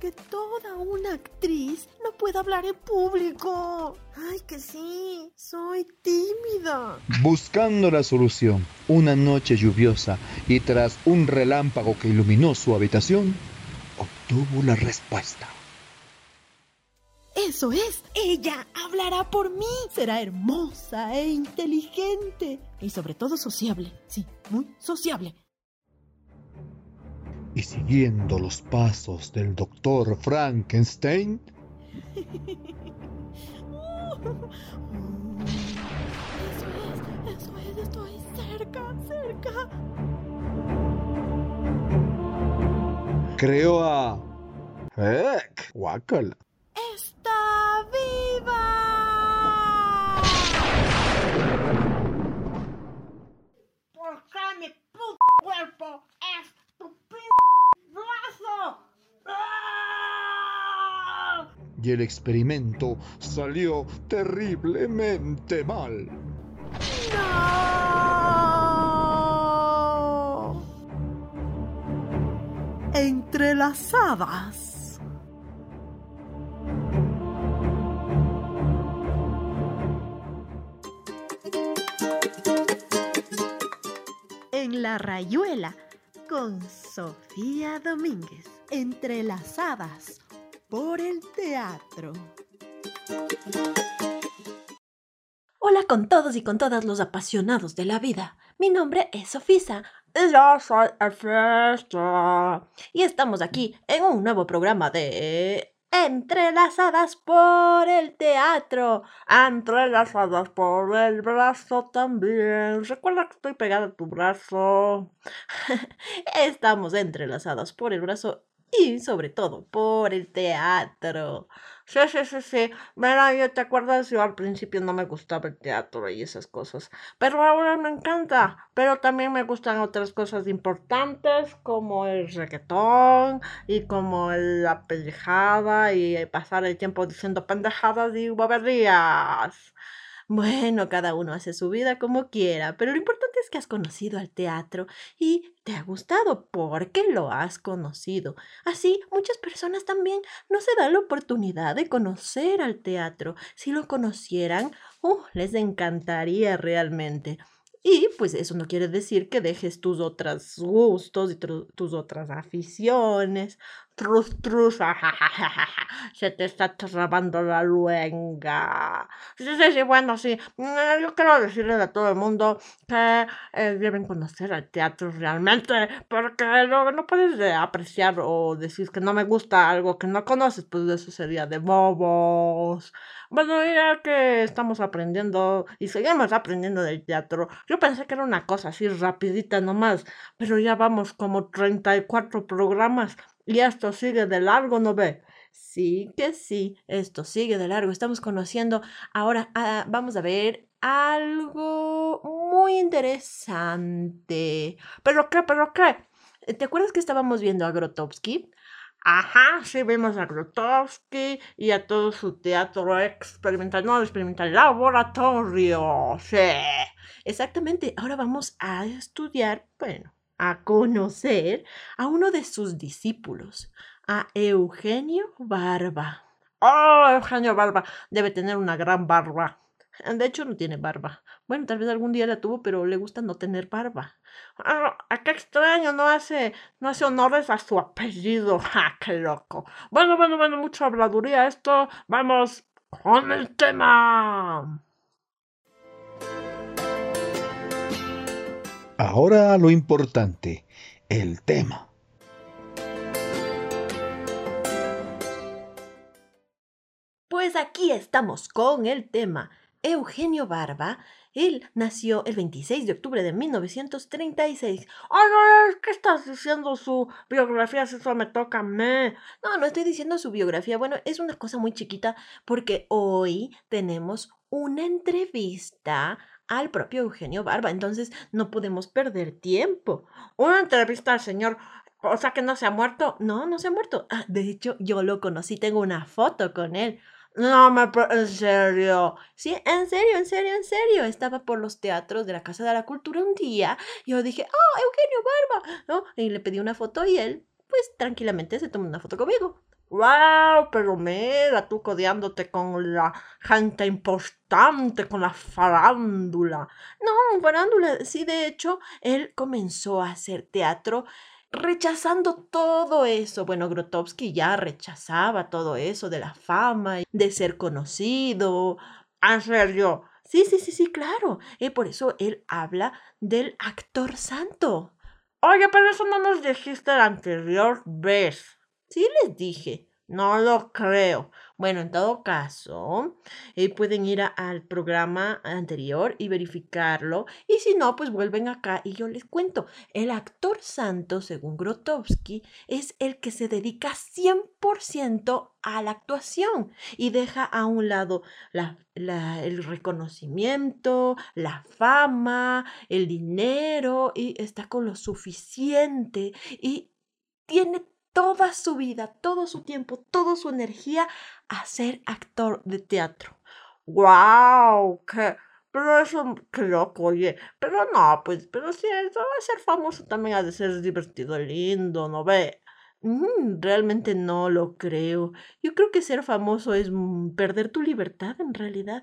que toda una actriz no puede hablar en público. Ay, que sí, soy tímida. Buscando la solución, una noche lluviosa y tras un relámpago que iluminó su habitación, obtuvo la respuesta. Eso es, ella hablará por mí. Será hermosa e inteligente y sobre todo sociable. Sí, muy sociable. Y siguiendo los pasos del doctor Frankenstein, Eso es, estoy cerca. creó a... Guácala. ¡Está viva! ¿Por qué mi puto cuerpo es tu brazo? ¡Ah! Y el experimento salió terriblemente mal. ¡No! Entrelazadas. En la rayuela, con Sofía Domínguez. Entrelazadas por el teatro. Hola con todos y con todas los apasionados de la vida. Mi nombre es Sofisa. Y yo soy Efesto. Y estamos aquí en un nuevo programa de Entrelazadas por el teatro. Entrelazadas por el brazo también. Recuerda que estoy pegada a tu brazo. Estamos entrelazadas por el brazo y sobre todo por el teatro. Sí. Mira, ¿yo te acuerdas? Yo al principio no me gustaba el teatro y esas cosas. Pero ahora me encanta. Pero también me gustan otras cosas importantes como el reggaetón y como la pendejada y pasar el tiempo diciendo pendejadas y boberías. Bueno, cada uno hace su vida como quiera, pero lo importante es que has conocido al teatro y te ha gustado porque lo has conocido. Así, muchas personas también no se dan la oportunidad de conocer al teatro. Si lo conocieran, les encantaría realmente. Y pues eso no quiere decir que dejes tus otros gustos y tus otras aficiones. Trus, se te está trabando la luenga. Sí, bueno, sí. Yo quiero decirle a todo el mundo que deben conocer al teatro realmente, porque luego no puedes apreciar o decir que no me gusta algo que no conoces, pues eso sería de bobos. Bueno, ya que estamos aprendiendo y seguimos aprendiendo del teatro, yo pensé que era una cosa así rapidita nomás, pero ya vamos como 34 programas. Y esto sigue de largo, ¿no ve? Sí que sí, esto sigue de largo. Estamos conociendo ahora, vamos a ver algo muy interesante. ¿Pero qué? ¿Te acuerdas que estábamos viendo a Grotowski? Ajá, sí vimos a Grotowski y a todo su teatro experimental, laboratorio, sí. Exactamente, ahora vamos a estudiar, bueno, a conocer a uno de sus discípulos, a Eugenio Barba. Oh, Eugenio Barba, debe tener una gran barba. De hecho, no tiene barba. Bueno, tal vez algún día la tuvo, pero le gusta no tener barba. Qué extraño, no hace honores a su apellido. ¡Ja, qué loco! Bueno, mucha habladuría esto. Vamos con el tema. Ahora lo importante, el tema. Pues aquí estamos con el tema. Eugenio Barba, él nació el 26 de octubre de 1936. Ay, ¿qué estás diciendo su biografía? Si eso me toca a mí. No estoy diciendo su biografía. Bueno, es una cosa muy chiquita porque hoy tenemos una entrevista al propio Eugenio Barba, entonces no podemos perder tiempo. Una entrevista al señor, o sea que no se ha muerto. No se ha muerto. De hecho, yo lo conocí, tengo una foto con él. No, en serio. Sí, en serio. Estaba por los teatros de la Casa de la Cultura un día y yo dije, ¡oh, Eugenio Barba! ¿No? Y le pedí una foto y él, pues tranquilamente se tomó una foto conmigo. Wow, pero mira, tú codeándote con la gente importante, con la farándula. No, farándula, sí, de hecho, él comenzó a hacer teatro rechazando todo eso. Bueno, Grotowski ya rechazaba todo eso de la fama, de ser conocido. En serio. Sí, sí, sí, sí, claro. Por eso él habla del actor santo. Oye, pero eso no nos dijiste la anterior vez. Sí, les dije. No lo creo. Bueno, en todo caso, pueden ir al programa anterior y verificarlo. Y si no, pues vuelven acá y yo les cuento. El actor santo, según Grotowski, es el que se dedica 100% a la actuación y deja a un lado el reconocimiento, la fama, el dinero y está con lo suficiente y tiene toda su vida, todo su tiempo, toda su energía a ser actor de teatro. ¡Guau! Pero eso, qué loco, oye. Pero no, pues, pero si eso va a ser famoso también ha de ser divertido, lindo, ¿no ve? Realmente no lo creo. Yo creo que ser famoso es perder tu libertad en realidad.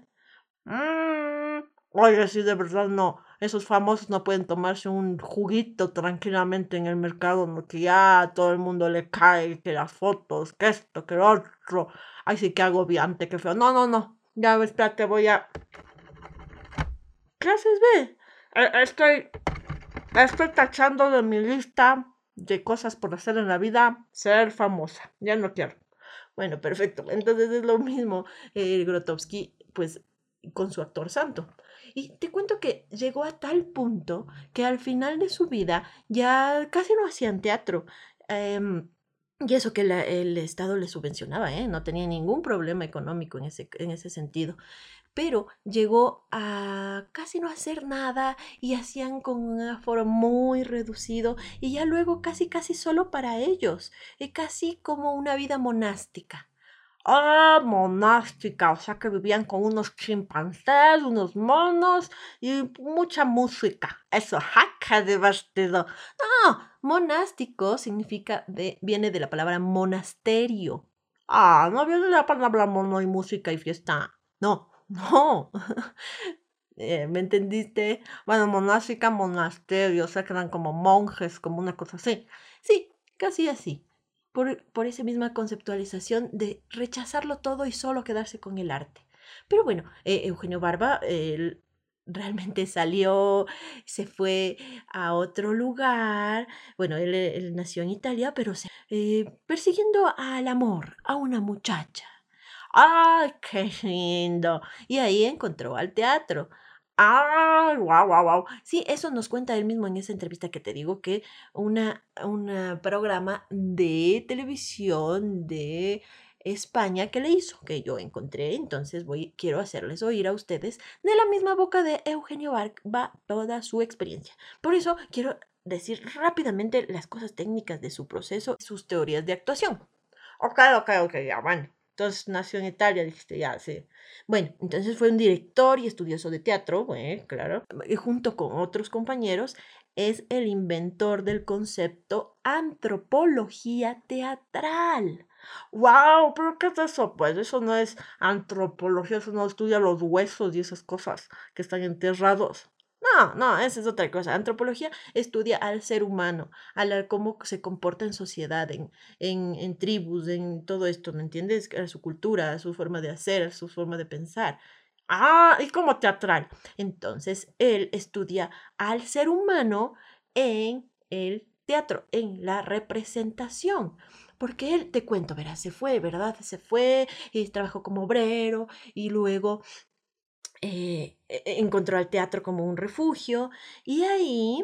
Oye, sí, de verdad no. Esos famosos no pueden tomarse un juguito tranquilamente en el mercado, no, que ya todo el mundo le cae, que las fotos, que esto, que lo otro. Ay, sí, qué agobiante, qué feo. No, no, no. Ya, espérate, voy a... ¿Qué haces, ve? Estoy tachando de mi lista de cosas por hacer en la vida ser famosa. Ya no quiero. Bueno, perfecto. Entonces es lo mismo Grotowski, pues, con su actor santo. Y te cuento que llegó a tal punto que al final de su vida ya casi no hacían teatro. Y eso que el Estado le subvencionaba, ¿eh? No tenía ningún problema económico en ese sentido, pero llegó a casi no hacer nada y hacían con un aforo muy reducido y ya luego casi casi solo para ellos, casi como una vida monástica. Ah, monástica, o sea que vivían con unos chimpancés, unos monos y mucha música. Eso, ¡ja! ¡Qué divertido! No, monástico significa, viene de la palabra monasterio. Ah, no viene la palabra mono y música y fiesta. No, no. ¿Me entendiste? Bueno, monástica, monasterio, o sea que eran como monjes, como una cosa así. Sí, casi así. Por esa misma conceptualización de rechazarlo todo y solo quedarse con el arte. Pero bueno, Eugenio Barba él realmente salió, se fue a otro lugar. Bueno, él nació en Italia, pero persiguiendo al amor, a una muchacha. ¡Ay, qué lindo! Y ahí encontró al teatro. ¡Ay, guau, guau, guau! Sí, eso nos cuenta él mismo en esa entrevista que te digo, que un programa de televisión de España que le hizo, que yo encontré, entonces quiero hacerles oír a ustedes de la misma boca de Eugenio Barba toda su experiencia. Por eso quiero decir rápidamente las cosas técnicas de su proceso, sus teorías de actuación. Ok, ya, bueno. Entonces nació en Italia, dijiste, ya, sí. Bueno, entonces fue un director y estudioso de teatro, bueno, claro. Y junto con otros compañeros, es el inventor del concepto antropología teatral. ¡Wow! ¿Pero qué es eso? Pues eso no es antropología, eso no estudia los huesos y esas cosas que están enterrados. No, no, esa es otra cosa. Antropología estudia al ser humano, cómo se comporta en sociedad, en tribus, en todo esto, ¿me entiendes? A su cultura, a su forma de hacer, a su forma de pensar. Ah, ¿y cómo teatral? Entonces, él estudia al ser humano en el teatro, en la representación. Porque él, te cuento, verás, se fue, ¿verdad? Se fue y trabajó como obrero y luego encontró al teatro como un refugio y ahí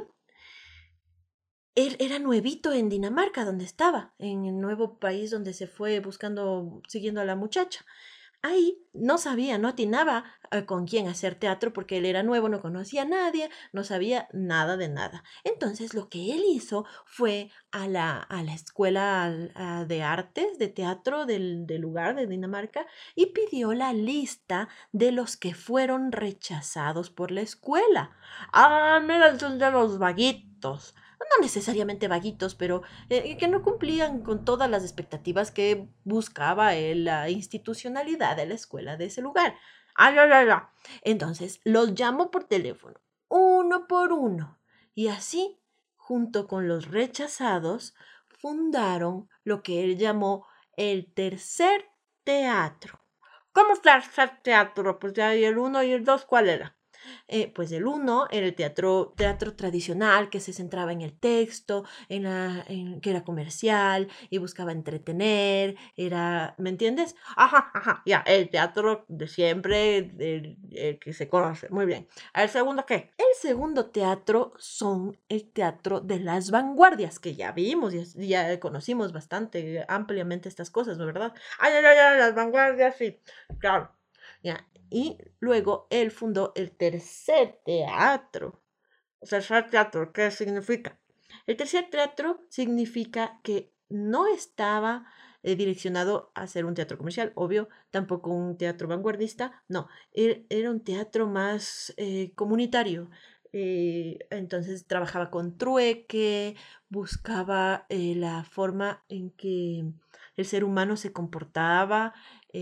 él era nuevito en Dinamarca, donde estaba, en el nuevo país donde se fue buscando, siguiendo a la muchacha. Ahí no sabía, no atinaba con quién hacer teatro porque él era nuevo, no conocía a nadie, no sabía nada de nada. Entonces lo que él hizo fue a la escuela de artes, de teatro del lugar de Dinamarca y pidió la lista de los que fueron rechazados por la escuela. Ah, mira, son de los vaguitos. no necesariamente vaguitos, pero que no cumplían con todas las expectativas que buscaba la institucionalidad de la escuela de ese lugar. Ah, ya, ya, ya. Entonces los llamó por teléfono, uno por uno, y así, junto con los rechazados, fundaron lo que él llamó el tercer teatro. ¿Cómo está el teatro? Pues ya hay el 1 y el 2, ¿cuál era? Pues el uno era el teatro tradicional que se centraba en el texto, que era comercial y buscaba entretener, ¿me entiendes? Ajá, ya, el teatro de siempre, el que se conoce, muy bien. ¿El segundo qué? El segundo teatro son el teatro de las vanguardias, que ya vimos, ya conocimos bastante ampliamente estas cosas, ¿no es verdad? Ya, las vanguardias, sí, claro. Ya. Y luego él fundó el tercer teatro. O sea, el teatro, ¿qué significa? El tercer teatro significa que no estaba direccionado a ser un teatro comercial, obvio, tampoco un teatro vanguardista, no, era un teatro más comunitario. Entonces trabajaba con trueque, buscaba la forma en que el ser humano se comportaba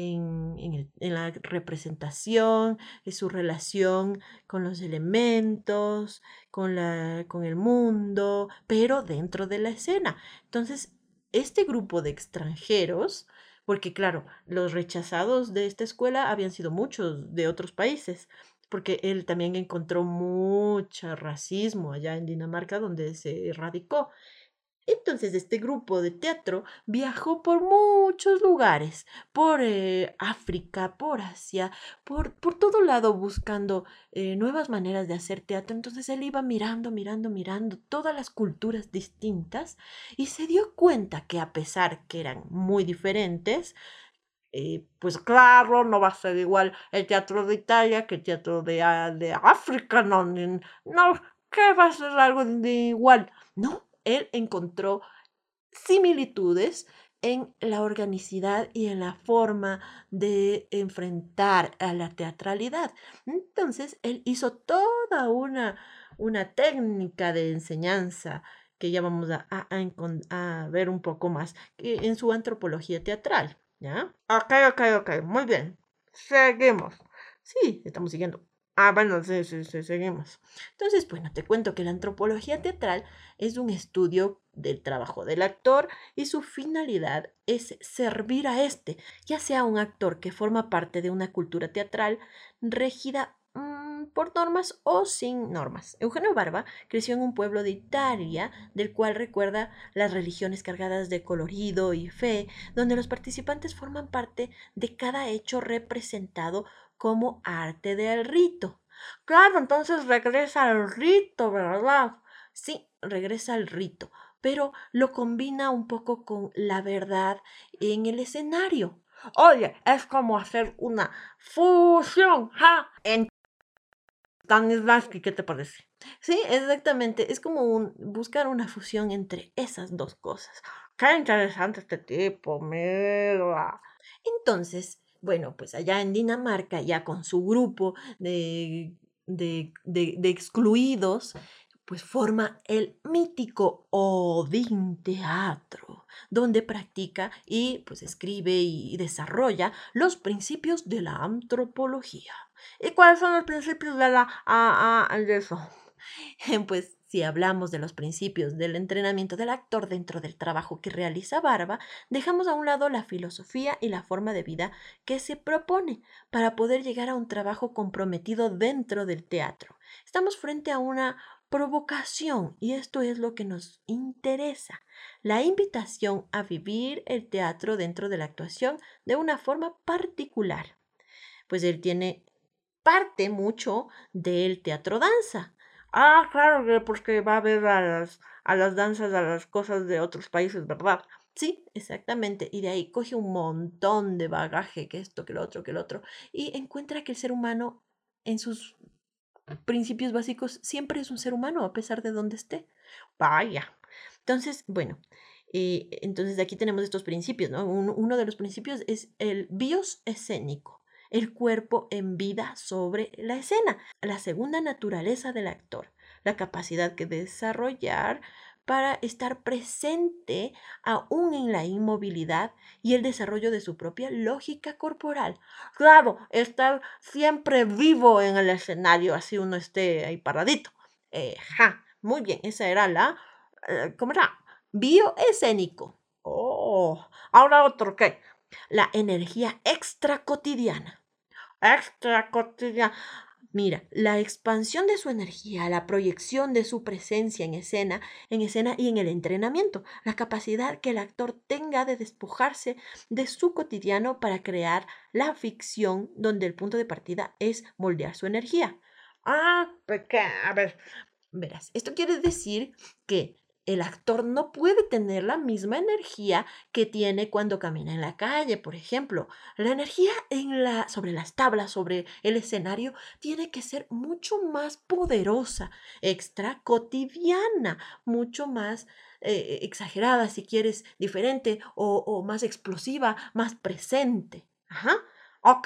en la representación, en su relación con los elementos, con el mundo, pero dentro de la escena. Entonces, este grupo de extranjeros, porque claro, los rechazados de esta escuela habían sido muchos de otros países, porque él también encontró mucho racismo allá en Dinamarca, donde se radicó. Entonces este grupo de teatro viajó por muchos lugares, por África, por Asia, por todo lado buscando nuevas maneras de hacer teatro. Entonces él iba mirando todas las culturas distintas y se dio cuenta que a pesar que eran muy diferentes, Pues claro, no va a ser igual el teatro de Italia que el teatro de África, no, ¿qué va a ser algo de igual? no, él encontró similitudes en la organicidad y en la forma de enfrentar a la teatralidad. Entonces, él hizo toda una técnica de enseñanza que ya vamos a ver un poco más en su antropología teatral, ¿ya? Ok, muy bien. Seguimos. Sí, estamos siguiendo. Bueno, sí, seguimos. Entonces, bueno, te cuento que la antropología teatral es un estudio del trabajo del actor y su finalidad es servir a este, ya sea un actor que forma parte de una cultura teatral regida por normas o sin normas. Eugenio Barba creció en un pueblo de Italia, del cual recuerda las religiones cargadas de colorido y fe, donde los participantes forman parte de cada hecho representado como arte del rito. Claro, entonces regresa al rito, ¿verdad? Sí, regresa al rito, pero lo combina un poco con la verdad en el escenario. Oye, es como hacer una fusión, ¿ja? En Stanislavski, ¿qué te parece? Sí, exactamente. Es como buscar una fusión entre esas dos cosas. Qué interesante este tipo, mira. Entonces, bueno, pues allá en Dinamarca, ya con su grupo de excluidos, pues forma el mítico Odín Teatro, donde practica y pues escribe y desarrolla los principios de la antropología. ¿Y cuáles son los principios de eso? Pues si hablamos de los principios del entrenamiento del actor dentro del trabajo que realiza Barba, dejamos a un lado la filosofía y la forma de vida que se propone para poder llegar a un trabajo comprometido dentro del teatro. Estamos frente a una provocación y esto es lo que nos interesa, la invitación a vivir el teatro dentro de la actuación de una forma particular. Pues él tiene parte mucho del teatro danza. Claro, porque va a ver a las danzas, a las cosas de otros países, ¿verdad? Sí, exactamente. Y de ahí coge un montón de bagaje, que esto, que lo otro, que lo otro. Y encuentra que el ser humano, en sus principios básicos, siempre es un ser humano, a pesar de donde esté. Vaya. Entonces, bueno, entonces aquí tenemos estos principios, ¿no? Uno de los principios es el bios escénico, el cuerpo en vida sobre la escena. La segunda naturaleza del actor, la capacidad que desarrollar para estar presente aún en la inmovilidad y el desarrollo de su propia lógica corporal. Claro, estar siempre vivo en el escenario, así uno esté ahí paradito. Muy bien, esa era ¿cómo era? Bioescénico. Oh, ahora otro, ¿qué? La energía extracotidiana. Extra cotidiana. Mira, la expansión de su energía, la proyección de su presencia en escena y en el entrenamiento, la capacidad que el actor tenga de despojarse de su cotidiano para crear la ficción donde el punto de partida es moldear su energía. A ver, Verás, esto quiere decir que el actor no puede tener la misma energía que tiene cuando camina en la calle, por ejemplo. La energía sobre las tablas, sobre el escenario, tiene que ser mucho más poderosa, extra cotidiana, mucho más exagerada, si quieres, diferente o más explosiva, más presente. Ajá. Ok.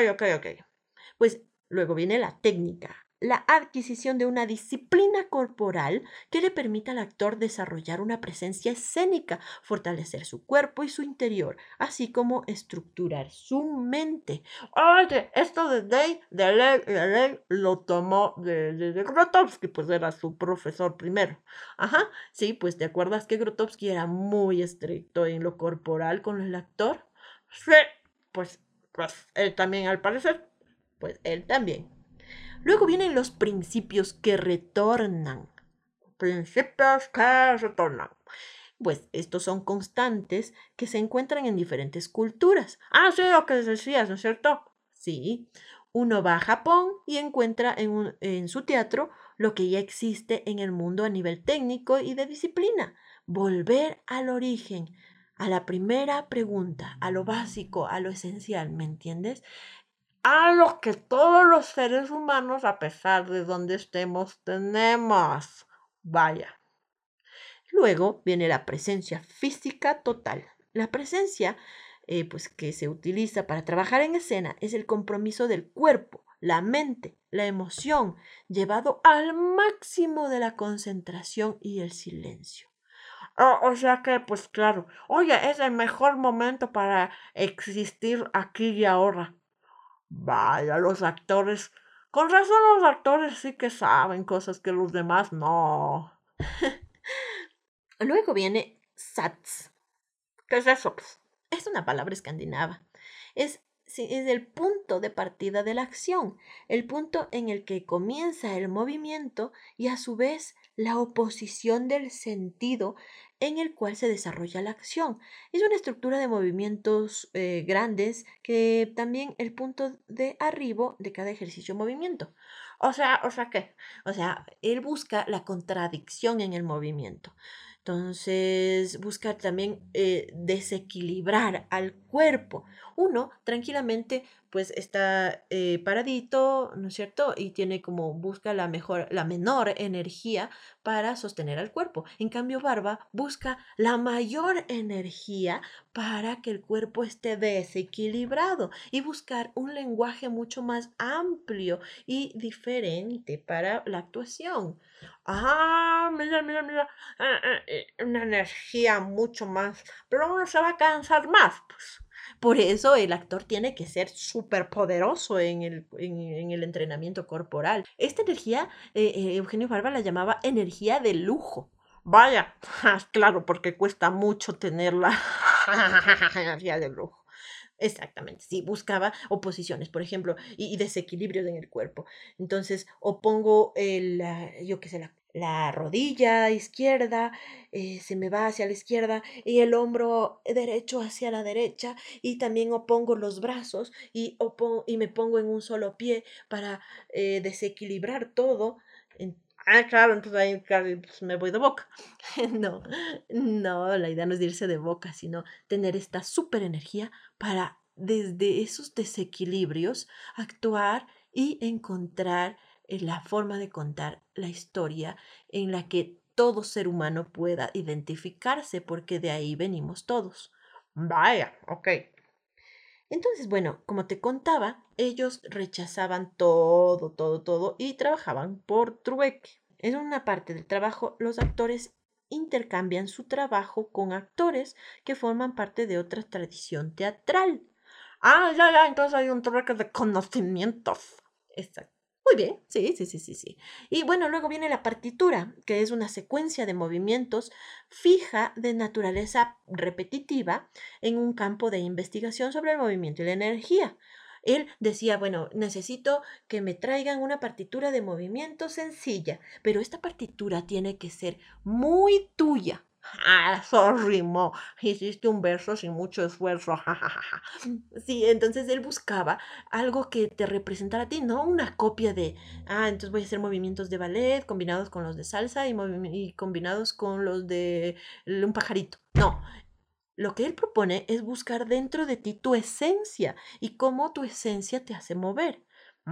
Pues luego viene la técnica, la adquisición de una disciplina corporal que le permita al actor desarrollar una presencia escénica, fortalecer su cuerpo y su interior, así como estructurar su mente. Oye, esto de ley lo tomó de Grotowski, pues era su profesor primero. Ajá, sí, pues te acuerdas que Grotowski era muy estricto en lo corporal con el actor. Sí, pues él también al parecer. Pues él también. Luego vienen los principios que retornan. Principios que retornan. Pues estos son constantes que se encuentran en diferentes culturas. Sí, lo que decías, ¿no es cierto? Sí, uno va a Japón y encuentra en su teatro lo que ya existe en el mundo a nivel técnico y de disciplina. Volver al origen, a la primera pregunta, a lo básico, a lo esencial, ¿me entiendes? A lo que todos los seres humanos, a pesar de donde estemos, tenemos. Vaya. Luego viene la presencia física total. La presencia, pues que se utiliza para trabajar en escena es el compromiso del cuerpo, la mente, la emoción, llevado al máximo de la concentración y el silencio. O sea que, pues claro, oye, es el mejor momento para existir aquí y ahora. Vaya, los actores, con razón los actores sí que saben cosas que los demás no. Luego viene sats. ¿Qué es eso? Es una palabra escandinava. Es, sí, es el punto de partida de la acción, el punto en el que comienza el movimiento y a su vez la oposición del sentido en el cual se desarrolla la acción. Es una estructura de movimientos grandes que también el punto de arribo de cada ejercicio o movimiento. ¿Qué? O sea, él busca la contradicción en el movimiento. Entonces, buscar también desequilibrar al cuerpo. Uno tranquilamente pues está paradito, ¿no es cierto? Y tiene como, busca la menor energía para sostener al cuerpo. En cambio, Barba busca la mayor energía para que el cuerpo esté desequilibrado y buscar un lenguaje mucho más amplio y diferente para la actuación. Mira. Una energía mucho más. Pero uno se va a cansar más, pues. Por eso el actor tiene que ser súper poderoso en el entrenamiento corporal. Esta energía, Eugenio Barba la llamaba energía de lujo. Vaya, claro, porque cuesta mucho tenerla. Energía de lujo. Exactamente, sí, buscaba oposiciones, por ejemplo, y desequilibrios en el cuerpo. Entonces, opongo yo qué sé, la rodilla izquierda, se me va hacia la izquierda y el hombro derecho hacia la derecha y también opongo los brazos y me pongo en un solo pie para desequilibrar todo. Claro, entonces ahí casi pues, me voy de boca. No, no, la idea no es irse de boca, sino tener esta super energía para desde esos desequilibrios actuar y encontrar la forma de contar la historia en la que todo ser humano pueda identificarse, porque de ahí venimos todos. Vaya, ok. Entonces, bueno, como te contaba, ellos rechazaban todo y trabajaban por trueque. En una parte del trabajo, los actores intercambian su trabajo con actores que forman parte de otra tradición teatral. Ya, entonces hay un trueque de conocimientos. Exacto. Muy bien, sí. Y bueno, luego viene la partitura, que es una secuencia de movimientos fija de naturaleza repetitiva en un campo de investigación sobre el movimiento y la energía. Él decía, bueno, necesito que me traigan una partitura de movimiento sencilla, pero esta partitura tiene que ser muy tuya. Eso rimó. Hiciste un verso sin mucho esfuerzo. Sí, entonces él buscaba algo que te representara a ti, no una copia de, entonces voy a hacer movimientos de ballet combinados con los de salsa y combinados con los de un pajarito. No, lo que él propone es buscar dentro de ti tu esencia y cómo tu esencia te hace mover.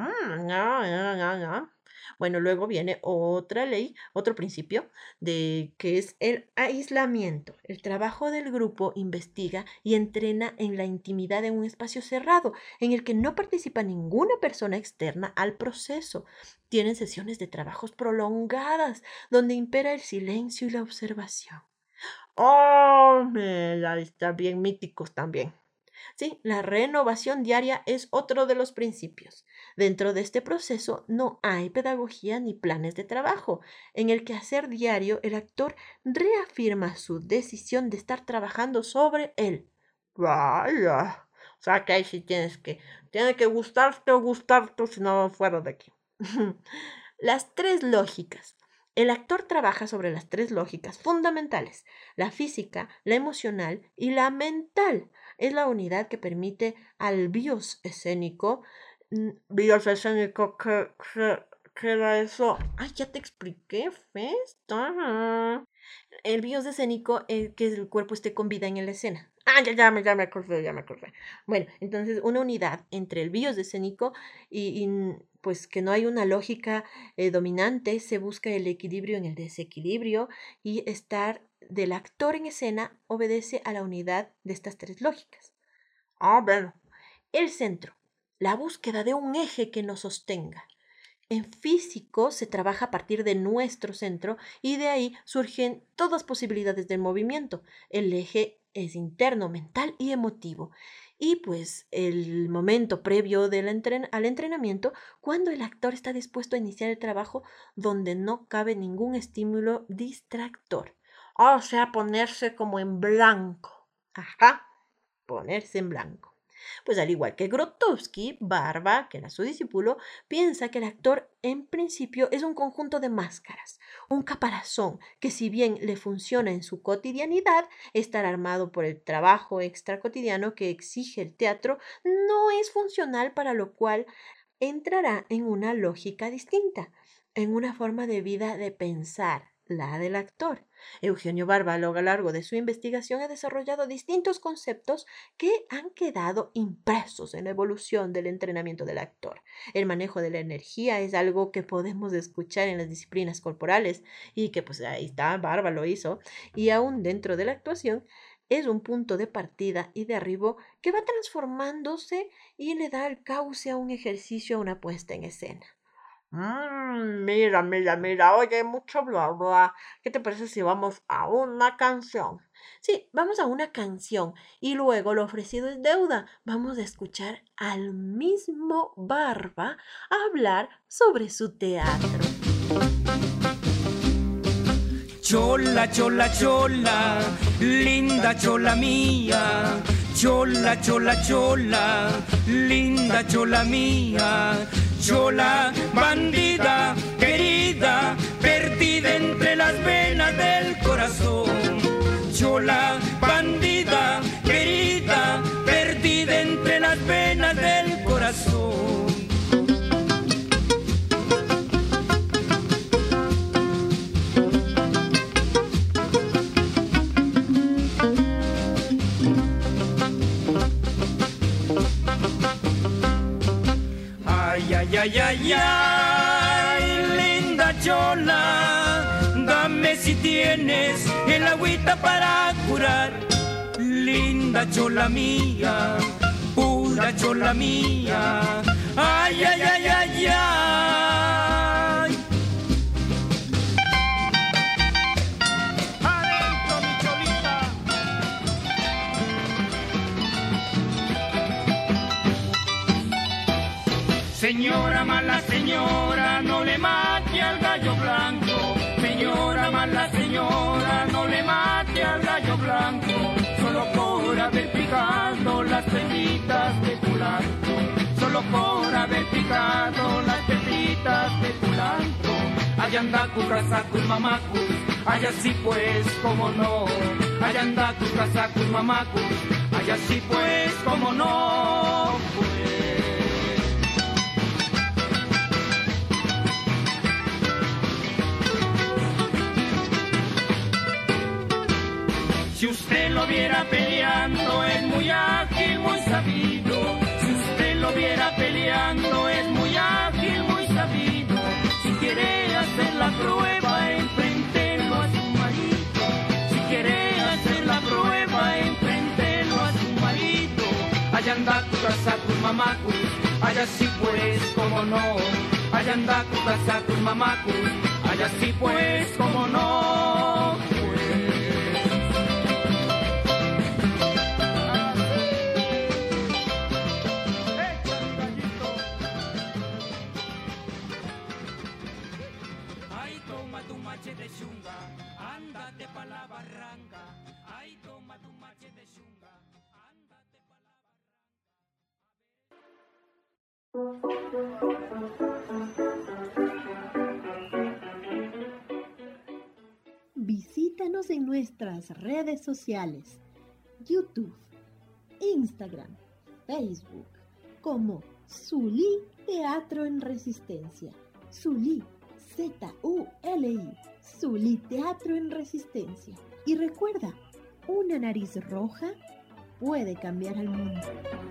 Ya. Bueno, luego viene otra ley, otro principio, de que es el aislamiento. El trabajo del grupo investiga y entrena en la intimidad de un espacio cerrado, en el que no participa ninguna persona externa al proceso. Tienen sesiones de trabajos prolongadas, donde impera el silencio y la observación. Oh, mira, está bien míticos también. Sí, la renovación diaria es otro de los principios. Dentro de este proceso no hay pedagogía ni planes de trabajo. En el quehacer diario, el actor reafirma su decisión de estar trabajando sobre él. Vaya. O sea que ahí sí tiene que gustarte o gustarte, si no fuera de aquí. Las tres lógicas. El actor trabaja sobre las tres lógicas fundamentales: la física, la emocional y la mental. Es la unidad que permite al bios escénico. ¿Bios escénico qué era eso? Ay, ya te expliqué, Festa. El bios escénico es que el cuerpo esté con vida en la escena. Ya me acordé. Bueno, entonces una unidad entre el bios escénico y pues que no hay una lógica dominante, se busca el equilibrio en el desequilibrio, y estar del actor en escena obedece a la unidad de estas tres lógicas. Bueno. El centro, la búsqueda de un eje que nos sostenga. En físico se trabaja a partir de nuestro centro y de ahí surgen todas posibilidades del movimiento. El eje es interno, mental y emotivo. Y pues el momento previo al entrenamiento, cuando el actor está dispuesto a iniciar el trabajo donde no cabe ningún estímulo distractor. O sea, ponerse como en blanco. Ajá, ponerse en blanco. Pues al igual que Grotowski, Barba, que era su discípulo, piensa que el actor en principio es un conjunto de máscaras, un caparazón que, si bien le funciona en su cotidianidad, estar armado por el trabajo extracotidiano que exige el teatro, no es funcional, para lo cual entrará en una lógica distinta, en una forma de vida de pensar, la del actor. Eugenio Barba, a lo largo de su investigación, ha desarrollado distintos conceptos que han quedado impresos en la evolución del entrenamiento del actor. El manejo de la energía es algo que podemos escuchar en las disciplinas corporales y que pues ahí está, Barba lo hizo, y aún dentro de la actuación es un punto de partida y de arribo que va transformándose y le da el cauce a un ejercicio, a una puesta en escena. Mira. Oye, mucho bla, bla. ¿Qué te parece si vamos a una canción? Sí, vamos a una canción y luego lo ofrecido es deuda. Vamos a escuchar al mismo Barba hablar sobre su teatro. Chola, chola, chola, linda chola mía. Chola, chola, chola, linda chola mía. Chola, bandida, querida, perdida entre las venas del corazón. Chola, bandida, querida, perdida entre las venas del corazón. Ay, linda chola, dame si tienes el agüita para curar. Linda chola mía, pura chola mía. Ay. Señora mala señora, no le mate al gallo blanco. Señora mala señora, no le mate al gallo blanco. Solo por haber picado las pepitas de culantro. Solo por haber picado las pepitas de culantro. Allá anda currasacus mamacus, allá sí pues, cómo no. Allá anda currasacus mamacus, allá sí pues, cómo no. Pues. Si usted lo viera peleando es muy ágil, muy sabido. Si usted lo viera peleando es muy ágil, muy sabido. Si quiere hacer la prueba, enfréntelo a su marido. Si quiere hacer la prueba, enfréntelo a su marido. Allá anda currasacus mamacus, allá sí pues, cómo no. Allá anda currasacus mamacus, allá sí pues, cómo no. De chunga, ándate pa' la barranca. Ay, toma tu mache de chunga, ándate pa' la barranca. Visítanos en nuestras redes sociales, YouTube, Instagram, Facebook, como Zulí Teatro en Resistencia. Zulí, Z-U-L-I, Zulí Teatro en Resistencia. Y recuerda, una nariz roja puede cambiar al mundo.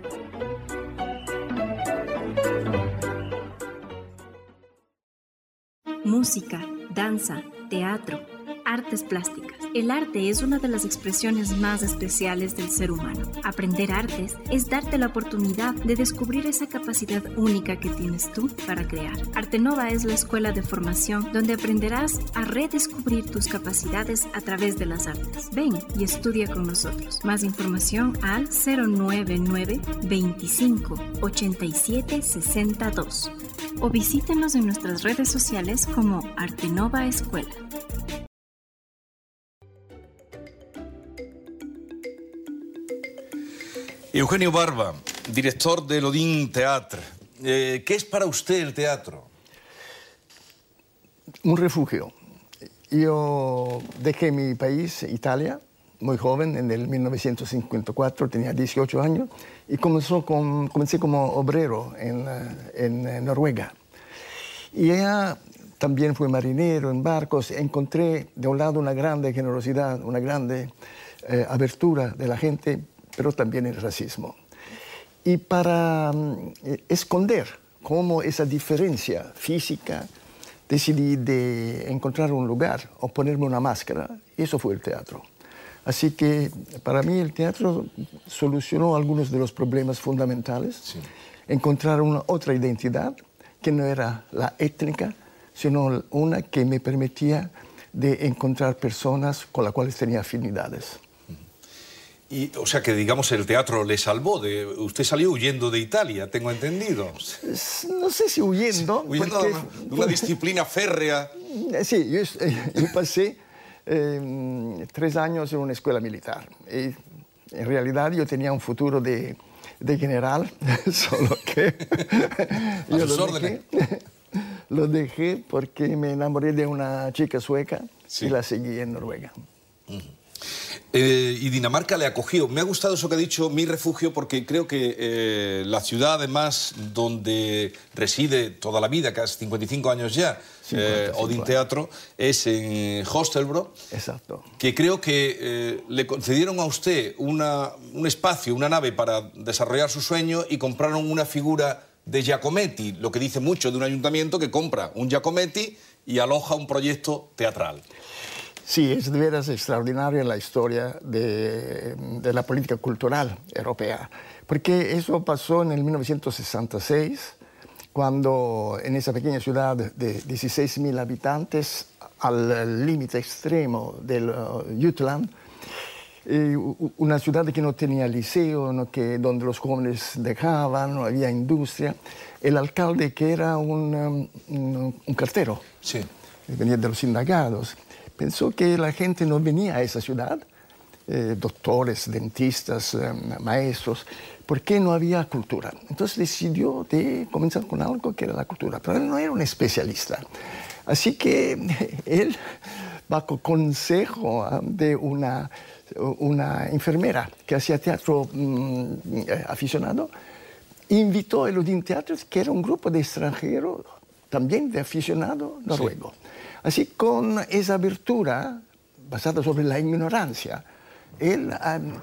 Música, danza, teatro, artes plásticas. El arte es una de las expresiones más especiales del ser humano. Aprender artes es darte la oportunidad de descubrir esa capacidad única que tienes tú para crear. Artenova es la escuela de formación donde aprenderás a redescubrir tus capacidades a través de las artes. Ven y estudia con nosotros. Más información al 099 25 87 62 o visítenos en nuestras redes sociales como Artenova Escuela. Eugenio Barba, director del Odin Theatre. ¿Qué es para usted el teatro? Un refugio. Yo dejé mi país, Italia, muy joven, en el 1954, tenía 18 años, y comencé como obrero en Noruega. Y allá también fui marinero en barcos. Encontré de un lado una grande generosidad, una grande abertura de la gente, pero también el racismo. Y para esconder cómo esa diferencia física, decidí de encontrar un lugar o ponerme una máscara, y eso fue el teatro. Así que para mí el teatro solucionó algunos de los problemas fundamentales. Sí. Encontrar otra identidad que no era la étnica, sino una que me permitía de encontrar personas con las cuales tenía afinidades. Y, o sea que, digamos, el teatro le salvó. Usted salió huyendo de Italia, tengo entendido. No sé si huyendo. Huyendo de una disciplina férrea. Sí, yo pasé 3 años en una escuela militar. Y en realidad yo tenía un futuro de general, solo que lo dejé porque me enamoré de una chica sueca, sí, y la seguí en Noruega. Y Dinamarca le acogió. Me ha gustado eso que ha dicho, mi refugio, porque creo que la ciudad, además, donde reside toda la vida, casi 55 años ya, Odin Teatro, es en Hostelbro. Exacto. Que creo que le concedieron a usted un espacio, una nave para desarrollar su sueño y compraron una figura de Giacometti, lo que dice mucho de un ayuntamiento que compra un Giacometti y aloja un proyecto teatral. Sí, es de veras extraordinaria la historia de la política cultural europea, porque eso pasó en el 1966, cuando en esa pequeña ciudad de 16.000 habitantes, al límite extremo del Jutland, una ciudad que no tenía liceo, donde los jóvenes dejaban, no había industria. El alcalde, que era un cartero, Sí. venía de los indagados, pensó que la gente no venía a esa ciudad, doctores, dentistas, maestros, porque no había cultura. Entonces decidió de comenzar con algo que era la cultura, pero él no era un especialista. Así que él, bajo consejo de una enfermera que hacía teatro aficionado, invitó el Odin Teatro, que era un grupo de extranjeros, también de aficionado noruego. Sí. Así, con esa abertura basada sobre la ignorancia, él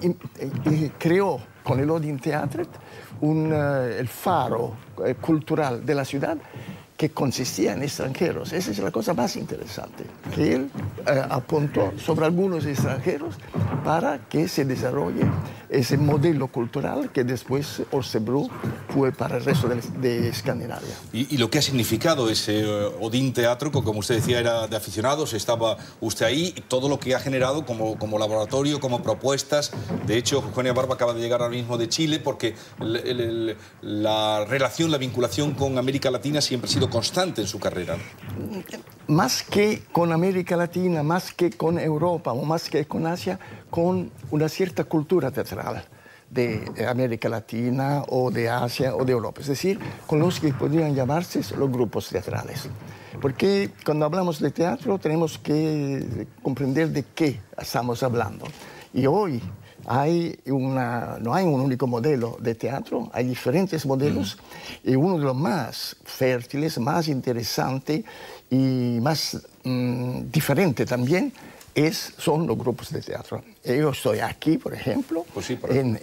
creó con el Odin Teatret el faro cultural de la ciudad, que consistía en extranjeros. Esa es la cosa más interesante, que él apuntó sobre algunos extranjeros para que se desarrolle ese modelo cultural que después Orsebro fue para el resto de Escandinavia. Y lo que ha significado ese Odin Teatro, que como usted decía era de aficionados, estaba usted ahí, todo lo que ha generado como laboratorio, como propuestas. De hecho, Eugenia Barba acaba de llegar ahora mismo de Chile, porque la relación, la vinculación con América Latina siempre ha sido constante en su carrera. Más que con América Latina, más que con Europa o más que con Asia, con una cierta cultura teatral de América Latina o de Asia o de Europa. Es decir, con los que podrían llamarse los grupos teatrales. Porque cuando hablamos de teatro tenemos que comprender de qué estamos hablando. Y hoy no hay un único modelo de teatro, hay diferentes modelos, y uno de los más fértiles, más interesante y más diferente también son los grupos de teatro. Yo estoy aquí, por ejemplo, pues sí,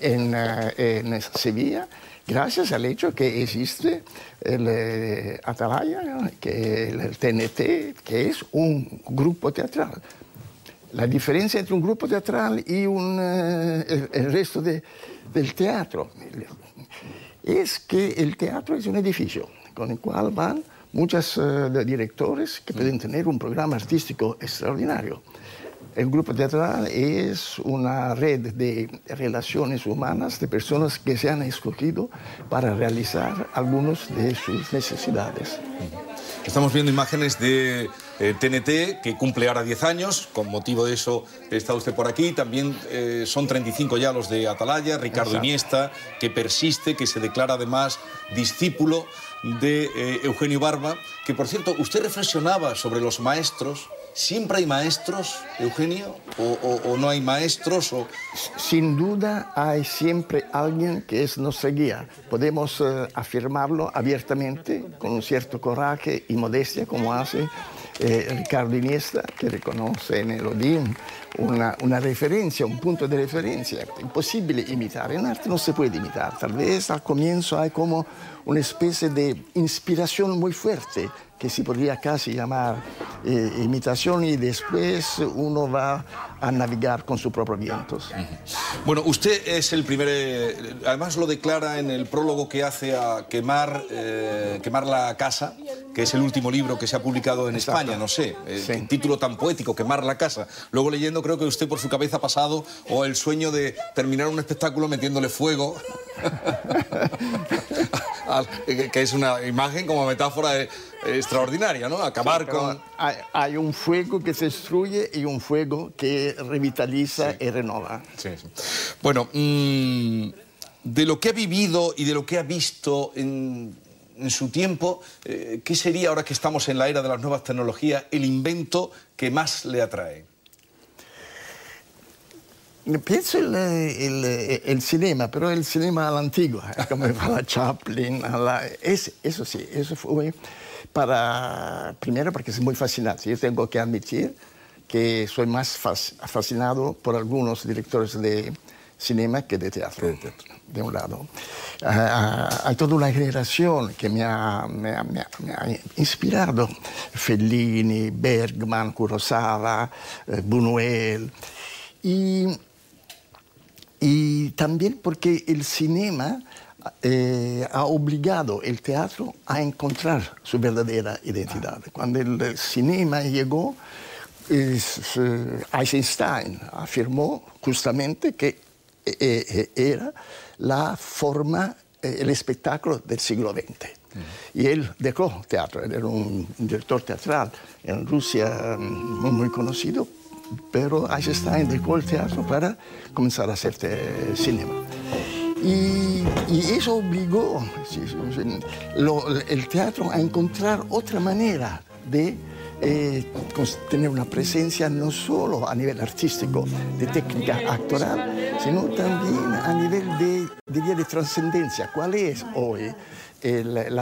en Sevilla, gracias al hecho que existe el Atalaya, el TNT, que es un grupo teatral. La diferencia entre un grupo teatral y el resto del teatro es que el teatro es un edificio con el cual van muchos directores que pueden tener un programa artístico extraordinario. El grupo teatral es una red de relaciones humanas de personas que se han escogido para realizar algunas de sus necesidades. Estamos viendo imágenes de TNT, que cumple ahora 10 años. Con motivo de eso está usted por aquí. También son 35 ya los de Atalaya, Ricardo Exacto. Iniesta, que persiste, que se declara además discípulo de Eugenio Barba, que por cierto, usted reflexionaba sobre los maestros. ¿Siempre hay maestros, Eugenio? ¿O no hay maestros? Sin duda hay siempre alguien que es nuestra guía. Podemos afirmarlo abiertamente, con un cierto coraje y modestia, como hace Ricardo Iniesta, que reconoce en el Odin una referencia, un punto de referencia. Imposible imitar. En arte no se puede imitar. Tal vez al comienzo hay como una especie de inspiración muy fuerte, que se podría casi llamar imitación, y después uno va a navegar con sus propios vientos. Bueno, usted es el primer, además lo declara en el prólogo que hace a Quemar la casa, que es el último libro que se ha publicado en Exacto. España, no sé, Sí. el título tan poético, Quemar la casa. Luego leyendo creo que usted por su cabeza ha pasado o el sueño de terminar un espectáculo metiéndole fuego, que es una imagen como metáfora extraordinaria, ¿no? Acabar con... Hay un fuego que se destruye y un fuego que revitaliza y renova. Sí, sí. Bueno, de lo que ha vivido y de lo que ha visto en su tiempo, ¿qué sería, ahora que estamos en la era de las nuevas tecnologías, el invento que más le atrae? Pienso el cinema, pero el cinema a la antigua, como la Chaplin. Eso sí, eso fue primero porque es muy fascinante. Yo tengo que admitir que soy más fascinado por algunos directores de cinema que de teatro, de un lado. Hay toda una generación que me ha inspirado. Fellini, Bergman, Kurosawa, Buñuel. Y también porque el cinema ha obligado el teatro a encontrar su verdadera identidad. Cuando el cinema llegó, Eisenstein afirmó justamente que era la forma, el espectáculo del siglo XX. Y él dejó teatro, él era un director teatral en Rusia muy conocido, pero Eisenstein dejó el teatro para comenzar a hacer cinema. Y eso obligó el teatro a encontrar otra manera de tener una presencia no solo a nivel artístico, de técnica actoral, sino también a nivel de trascendencia. ¿Cuál es hoy el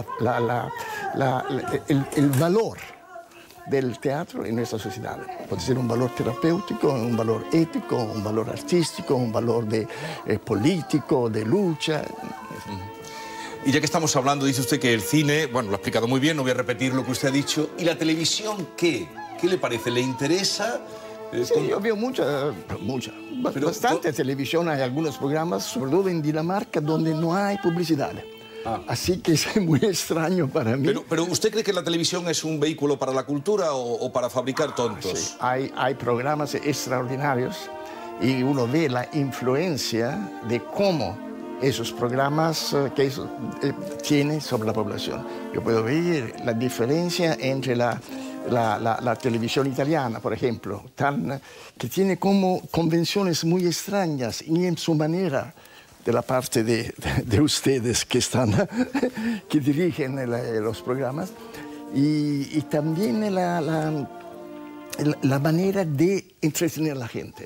valor del teatro en nuestra sociedad? Puede ser un valor terapéutico, un valor ético, un valor artístico, un valor político, de lucha. Y ya que estamos hablando, dice usted que el cine, bueno, lo ha explicado muy bien, no voy a repetir lo que usted ha dicho. ¿Y la televisión qué? ¿Qué le parece? ¿Le interesa? Sí, yo veo bastante televisión. Hay algunos programas, sobre todo en Dinamarca, donde no hay publicidad. Así que es muy extraño para mí. Pero ¿usted cree que la televisión es un vehículo para la cultura o para fabricar tontos? Sí, hay programas extraordinarios y uno ve la influencia de cómo esos programas tienen sobre la población. Yo puedo ver la diferencia entre la televisión italiana, por ejemplo, que tiene como convenciones muy extrañas y en su manera, de la parte de ustedes que dirigen los programas, y también la manera de entretener a la gente.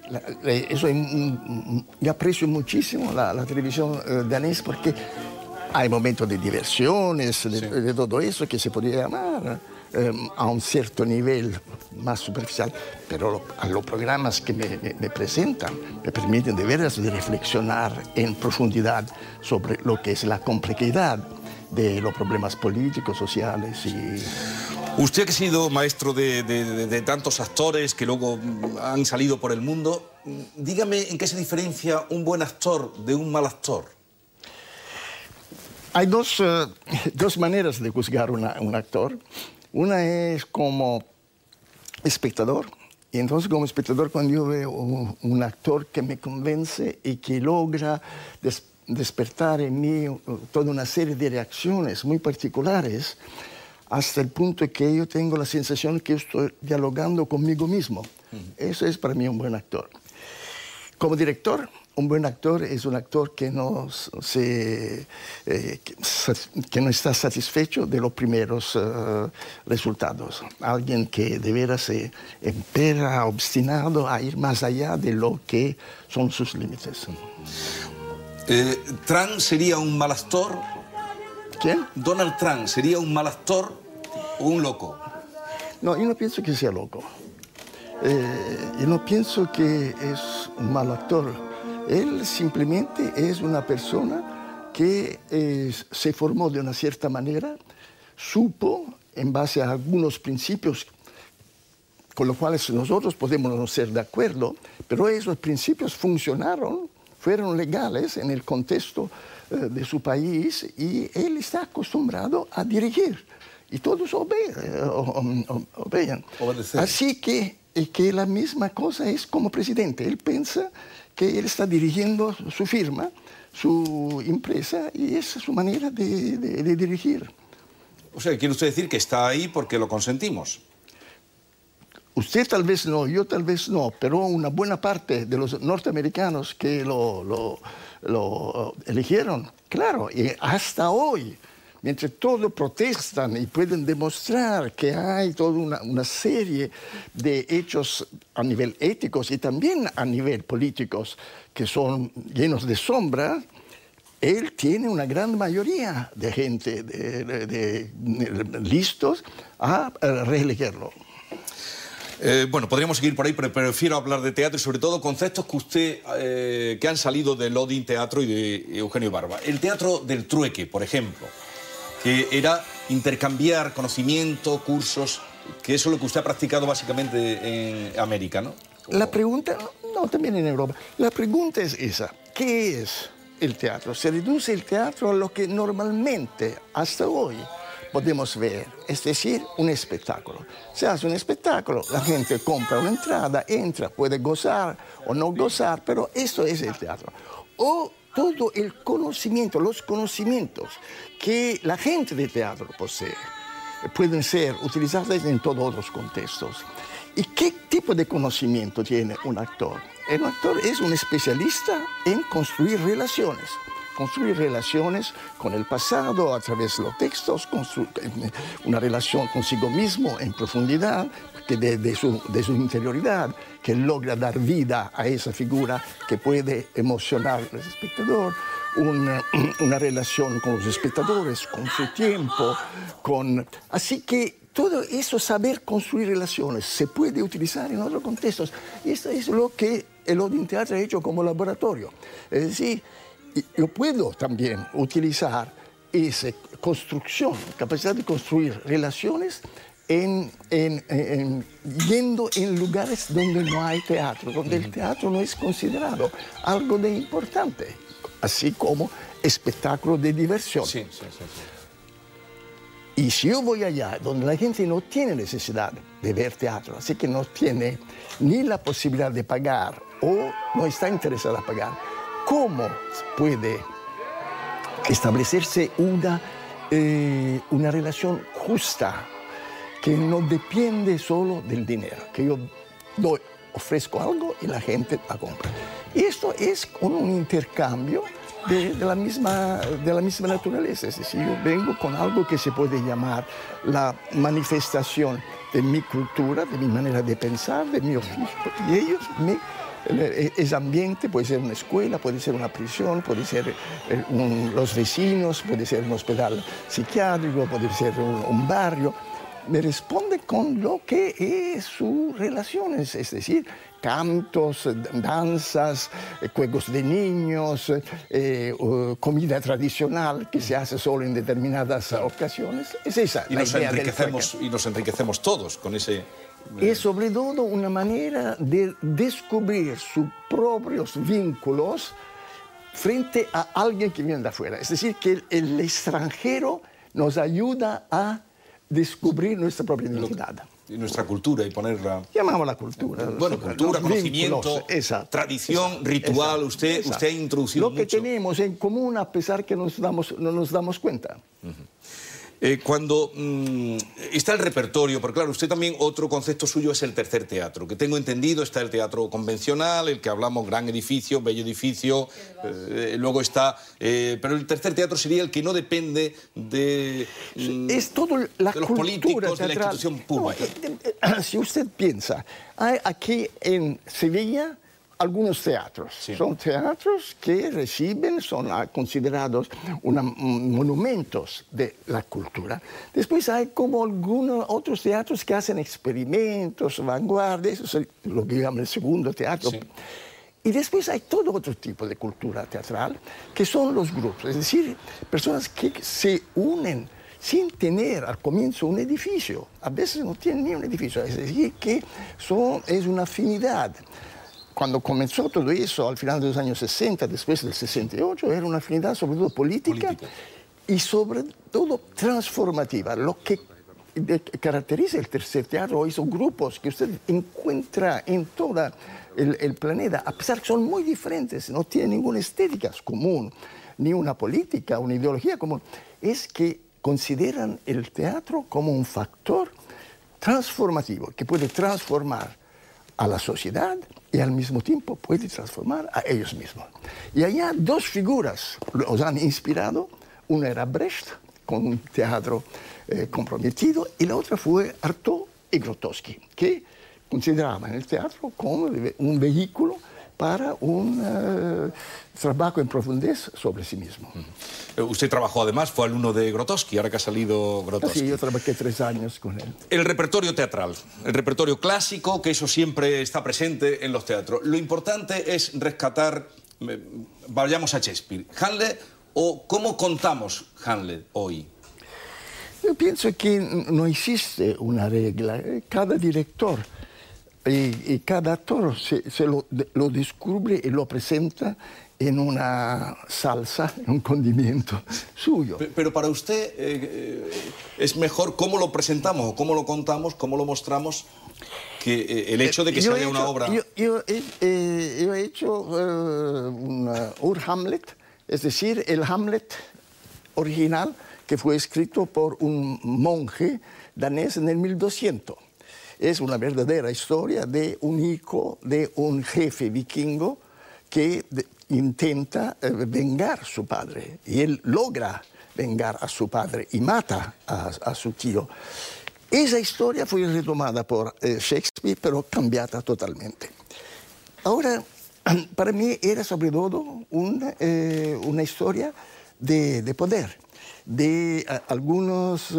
Yo aprecio muchísimo la televisión danesa porque hay momentos de diversiones, de todo eso que se podría llamar a un cierto nivel más superficial, pero a los programas que me presentan me permiten de veras de reflexionar en profundidad sobre lo que es la complejidad de los problemas políticos, sociales y... Usted que ha sido maestro de tantos actores que luego han salido por el mundo, dígame en qué se diferencia un buen actor de un mal actor. Hay dos maneras de juzgar un actor. Una es como espectador. Y entonces como espectador, cuando yo veo un actor que me convence y que logra despertar en mí toda una serie de reacciones muy particulares, hasta el punto que yo tengo la sensación que estoy dialogando conmigo mismo. Eso es para mí un buen actor. Como director, un buen actor es un actor que no está satisfecho de los primeros resultados. Alguien que de veras se empera, obstinado a ir más allá de lo que son sus límites. ¿Trump sería un mal actor? ¿Quién? ¿Donald Trump sería un mal actor o un loco? No, yo no pienso que sea loco. Yo no pienso que es un mal actor. Él simplemente es una persona que se formó de una cierta manera, supo, en base a algunos principios con los cuales nosotros podemos no ser de acuerdo, pero esos principios funcionaron, fueron legales en el contexto de su país y él está acostumbrado a dirigir y todos obedecen. Así que la misma cosa es como presidente. Él piensa que él está dirigiendo su firma, su empresa y esa es su manera de dirigir. O sea, ¿quiere usted decir que está ahí porque lo consentimos? Usted tal vez no, yo tal vez no, pero una buena parte de los norteamericanos que lo eligieron, claro, y hasta hoy, mientras todos protestan y pueden demostrar que hay toda una serie de hechos a nivel éticos y también a nivel políticos que son llenos de sombra, él tiene una gran mayoría de gente listos a reelegirlo. Bueno, podríamos seguir por ahí, pero prefiero hablar de teatro y sobre todo conceptos que han salido de Lodin Teatro y de Eugenio Barba. El teatro del trueque, por ejemplo, que era intercambiar conocimiento, cursos, que eso es lo que usted ha practicado básicamente en América, ¿no? La pregunta, no, también en Europa, la pregunta es esa, ¿qué es el teatro? Se reduce el teatro a lo que normalmente, hasta hoy, podemos ver, es decir, un espectáculo. Se hace un espectáculo, la gente compra una entrada, entra, puede gozar o no gozar, pero eso es el teatro. O todo el conocimiento, los conocimientos que la gente de teatro posee, pueden ser utilizados en todos otros contextos. ¿Y qué tipo de conocimiento tiene un actor? El actor es un especialista en construir relaciones con el pasado a través de los textos, una relación consigo mismo en profundidad, de su interioridad, que logra dar vida a esa figura que puede emocionar al espectador, una relación con los espectadores, con su tiempo, así que todo eso, saber construir relaciones, se puede utilizar en otros contextos. Y esto es lo que el Odeon Theatre ha hecho como laboratorio. Es decir, yo puedo también utilizar esa construcción, capacidad de construir relaciones yendo en lugares donde no hay teatro, donde el teatro no es considerado algo de importante, así como espectáculo de diversión. Sí, sí, sí, sí. Y si yo voy allá, donde la gente no tiene necesidad de ver teatro, así que no tiene ni la posibilidad de pagar o no está interesada en pagar, ¿cómo puede establecerse una relación justa que no depende solo del dinero? Que yo ofrezco algo y la gente la compra. Y esto es un intercambio de la misma naturaleza. Es decir, yo vengo con algo que se puede llamar la manifestación de mi cultura, de mi manera de pensar, de mi oficio, y ellos ese ambiente puede ser una escuela, puede ser una prisión, puede ser los vecinos, puede ser un hospital psiquiátrico, puede ser un barrio. Me responde con lo que es sus relaciones, es decir, cantos, danzas, juegos de niños, comida tradicional que se hace solo en determinadas ocasiones. Es esa la idea del juego. Y nos enriquecemos todos con ese... Es sobre todo una manera de descubrir sus propios vínculos frente a alguien que viene de afuera. Es decir, que el extranjero nos ayuda a descubrir nuestra propia identidad. Y nuestra cultura y ponerla... Llamamos la cultura. Bueno, cultura, conocimiento, tradición, ritual. Usted ha introducido lo que mucho. tenemos en común a pesar que no nos damos cuenta. Cuando está el repertorio, porque claro, usted también, otro concepto suyo es el tercer teatro, que tengo entendido está el teatro convencional, el que hablamos, gran edificio, bello edificio, luego está... pero el tercer teatro sería el que no depende de, es todo la de los cultura políticos, teatral. de la institución pública. No, si usted piensa, hay aquí en Sevilla algunos teatros. Sí. Son teatros que reciben, son considerados monumentos de la cultura. Después hay como algunos otros teatros que hacen experimentos, vanguardia, eso es lo que llaman el segundo teatro. Sí. Y después hay todo otro tipo de cultura teatral, que son los grupos, es decir, personas que se unen sin tener al comienzo un edificio. A veces no tienen ni un edificio, es decir, que es una afinidad. Cuando comenzó todo eso, al final de los años 60, después del 68, era una afinidad sobre todo política y sobre todo transformativa. Lo que caracteriza el tercer teatro hoy son grupos que usted encuentra en todo el planeta, a pesar que son muy diferentes, no tienen ninguna estética común, ni una política, una ideología común. Es que consideran el teatro como un factor transformativo, que puede transformar a la sociedad y al mismo tiempo puede transformar a ellos mismos. Y allá dos figuras los han inspirado. Una era Brecht, con un teatro comprometido, y la otra fue Artaud y Grotowski, que consideraban el teatro como un vehículo para un trabajo en profundidad sobre sí mismo. Usted trabajó además, fue alumno de Grotowski, ahora que ha salido Grotowski. Sí, yo trabajé 3 años con él. El repertorio teatral, el repertorio clásico, que eso siempre está presente en los teatros. Lo importante es rescatar, vayamos a Shakespeare, Hamlet, o cómo contamos Hamlet hoy. Yo pienso que no existe una regla. Cada director y cada actor lo descubre y lo presenta en una salsa, en un condimento suyo. Pero para usted es mejor cómo lo presentamos, o cómo lo contamos, cómo lo mostramos, que el hecho de que salga una obra... Yo he hecho un Ur-Hamlet, es decir, el Hamlet original que fue escrito por un monje danés en el 1200. Es una verdadera historia de un hijo de un jefe vikingo que intenta vengar a su padre. Y él logra vengar a su padre y mata a su tío. Esa historia fue retomada por Shakespeare, pero cambiada totalmente. Ahora, para mí era sobre todo una historia de poder, de algunas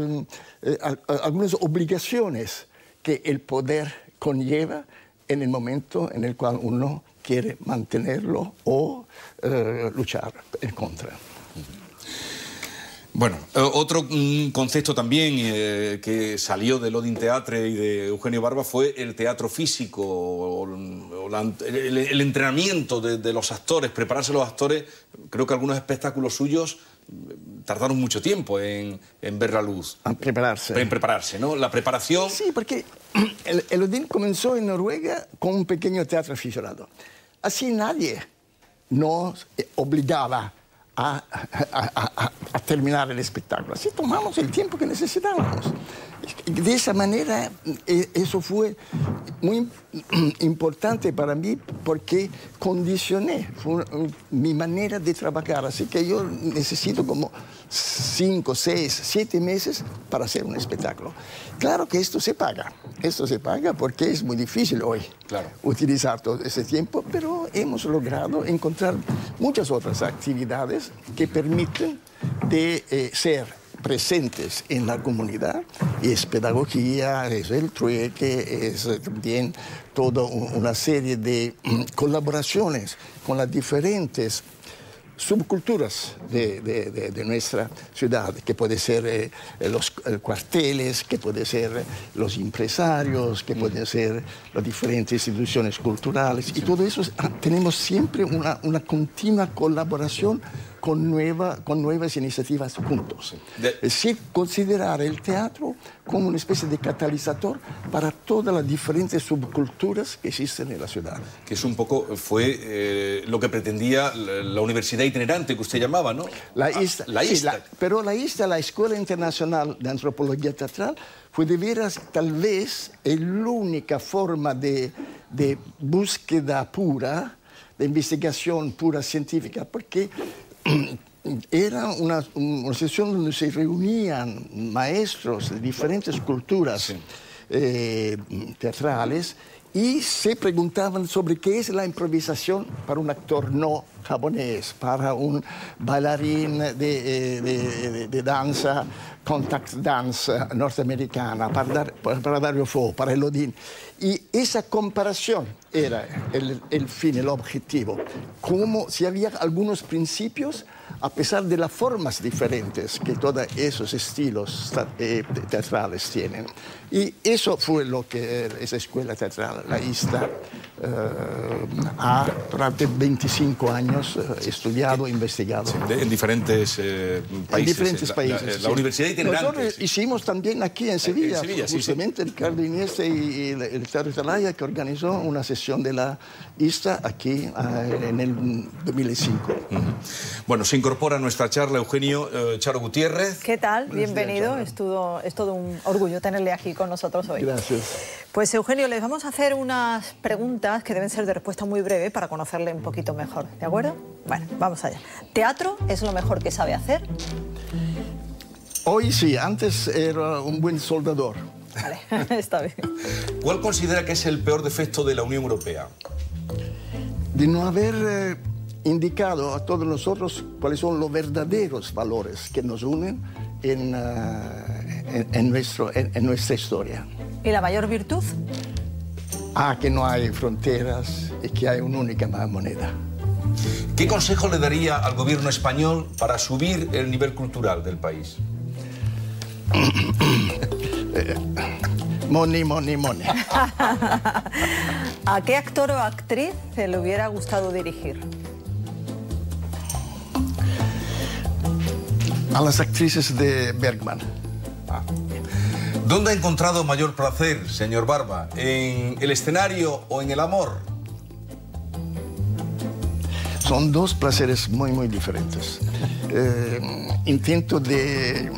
obligaciones que el poder conlleva en el momento en el cual uno quiere mantenerlo o luchar en contra. Bueno, otro concepto también que salió de Lodin Teatre y de Eugenio Barba fue el teatro físico, el entrenamiento de los actores, prepararse los actores. Creo que algunos espectáculos suyos tardaron mucho tiempo en ver la luz. En prepararse. En prepararse, ¿no? La preparación... Sí, porque el Lodin comenzó en Noruega con un pequeño teatro aficionado. Así nadie nos obligaba a terminar el espectáculo. Así tomamos el tiempo que necesitábamos. De esa manera, eso fue muy importante para mí porque condicioné mi manera de trabajar. Así que yo necesito como 5, 6, 7 meses para hacer un espectáculo. Claro que esto se paga. Esto se paga porque es muy difícil hoy utilizar todo ese tiempo, pero hemos logrado encontrar muchas otras actividades que permiten de ser presentes en la comunidad. Y es pedagogía, es el trueque, es también toda una serie de colaboraciones con las diferentes subculturas de nuestra ciudad, que puede ser los cuarteles, que puede ser los empresarios, que pueden ser las diferentes instituciones culturales. Y todo eso tenemos siempre una continua colaboración con nuevas iniciativas juntos. Es decir, considerar el teatro como una especie de catalizador para todas las diferentes subculturas que existen en la ciudad. Que es un poco, fue lo que pretendía la universidad itinerante que usted llamaba, ¿no? La ISTA. Pero la ISTA, la Escuela Internacional de Antropología Teatral, fue de veras tal vez la única forma de búsqueda pura, de investigación pura científica, porque era una sesión donde se reunían maestros de diferentes culturas teatrales y se preguntaban sobre qué es la improvisación para un actor no japonés, para un bailarín de danza, contact dance norteamericana, para Dario Fo, para el Lodin. Y esa comparación era el fin, el objetivo. Como si había algunos principios, a pesar de las formas diferentes que todos esos estilos teatrales tienen. Y eso fue lo que esa escuela teatral, la ISTA, ha durante 25 años estudiado e investigado. Sí, en diferentes países. En diferentes países. La universidad itinerante. Nosotros hicimos también aquí en Sevilla, justamente Ricardo Iniesta y el Teatro Atalaya, que organizó una sesión de la ISTA aquí en el 2005. Bueno, se incorpora a nuestra charla Eugenio Charo Gutiérrez. ¿Qué tal? Bienvenido. Es todo un orgullo tenerle aquí con nosotros hoy. Gracias. Pues Eugenio, les vamos a hacer unas preguntas que deben ser de respuesta muy breve para conocerle un poquito mejor, ¿de acuerdo? Bueno, vamos allá. ¿Teatro es lo mejor que sabe hacer? Hoy sí, antes era un buen soldador. Vale, está bien. ¿Cuál considera que es el peor defecto de la Unión Europea? De no haber indicado a todos nosotros cuáles son los verdaderos valores que nos unen en nuestra historia. ¿Y la mayor virtud? Que no hay fronteras y que hay una única moneda. ¿Qué consejo le daría al gobierno español para subir el nivel cultural del país? Money, money, money. ¿A qué actor o actriz le hubiera gustado dirigir? A las actrices de Bergman. ¿Dónde ha encontrado mayor placer, señor Barba? ¿En el escenario o en el amor? Son dos placeres muy, muy diferentes. Intento de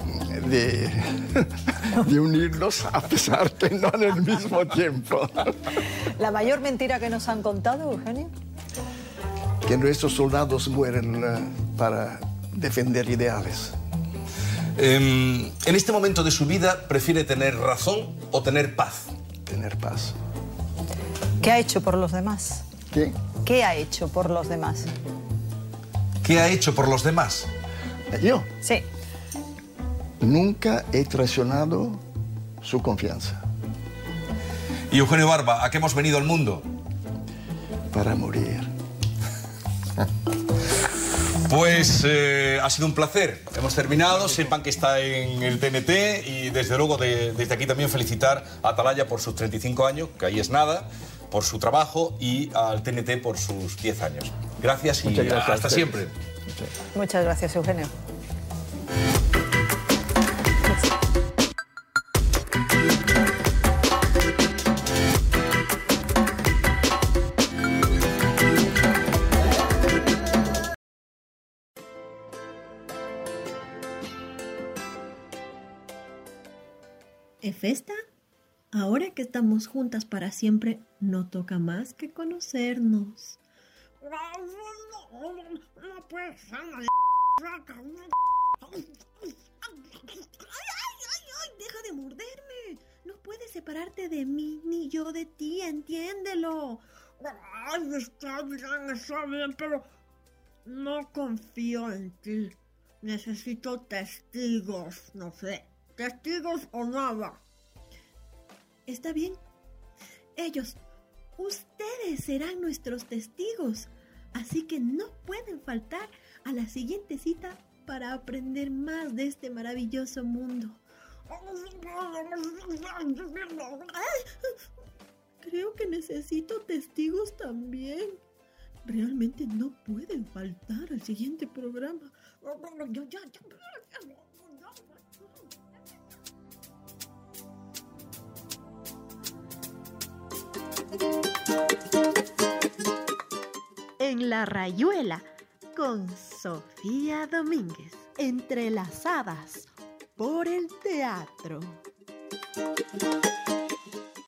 unirlos a pesar que no en el mismo tiempo. ¿La mayor mentira que nos han contado, Eugenio? Que nuestros soldados mueren para defender ideales. En este momento de su vida, ¿prefiere tener razón o tener paz? Tener paz. ¿Qué ha hecho por los demás? ¿Qué? ¿Qué ha hecho por los demás? ¿Qué ha hecho por los demás? ¿Yo? Sí. Nunca he traicionado su confianza. Y Eugenio Barba, ¿a qué hemos venido al mundo? Para morir. Pues ha sido un placer. Hemos terminado. Sepan que está en el TNT y desde luego desde aquí también felicitar a Atalaya por sus 35 años, que ahí es nada, por su trabajo, y al TNT por sus 10 años. Gracias y gracias hasta siempre. Muchas gracias, Eugenio. Efesta, ahora que estamos juntas para siempre, no toca más que conocernos. No puede ser. ¡Ay! ¡Deja de morderme! No puedes separarte de mí, ni yo de ti, entiéndelo. Ay, está bien, pero no confío en ti. Necesito testigos, no sé. ¿Testigos o nada? Está bien. Ustedes serán nuestros testigos. Así que no pueden faltar a la siguiente cita para aprender más de este maravilloso mundo. Creo que necesito testigos también. Realmente no pueden faltar al siguiente programa. En La Rayuela, con Sofía Domínguez, entrelazadas por el teatro.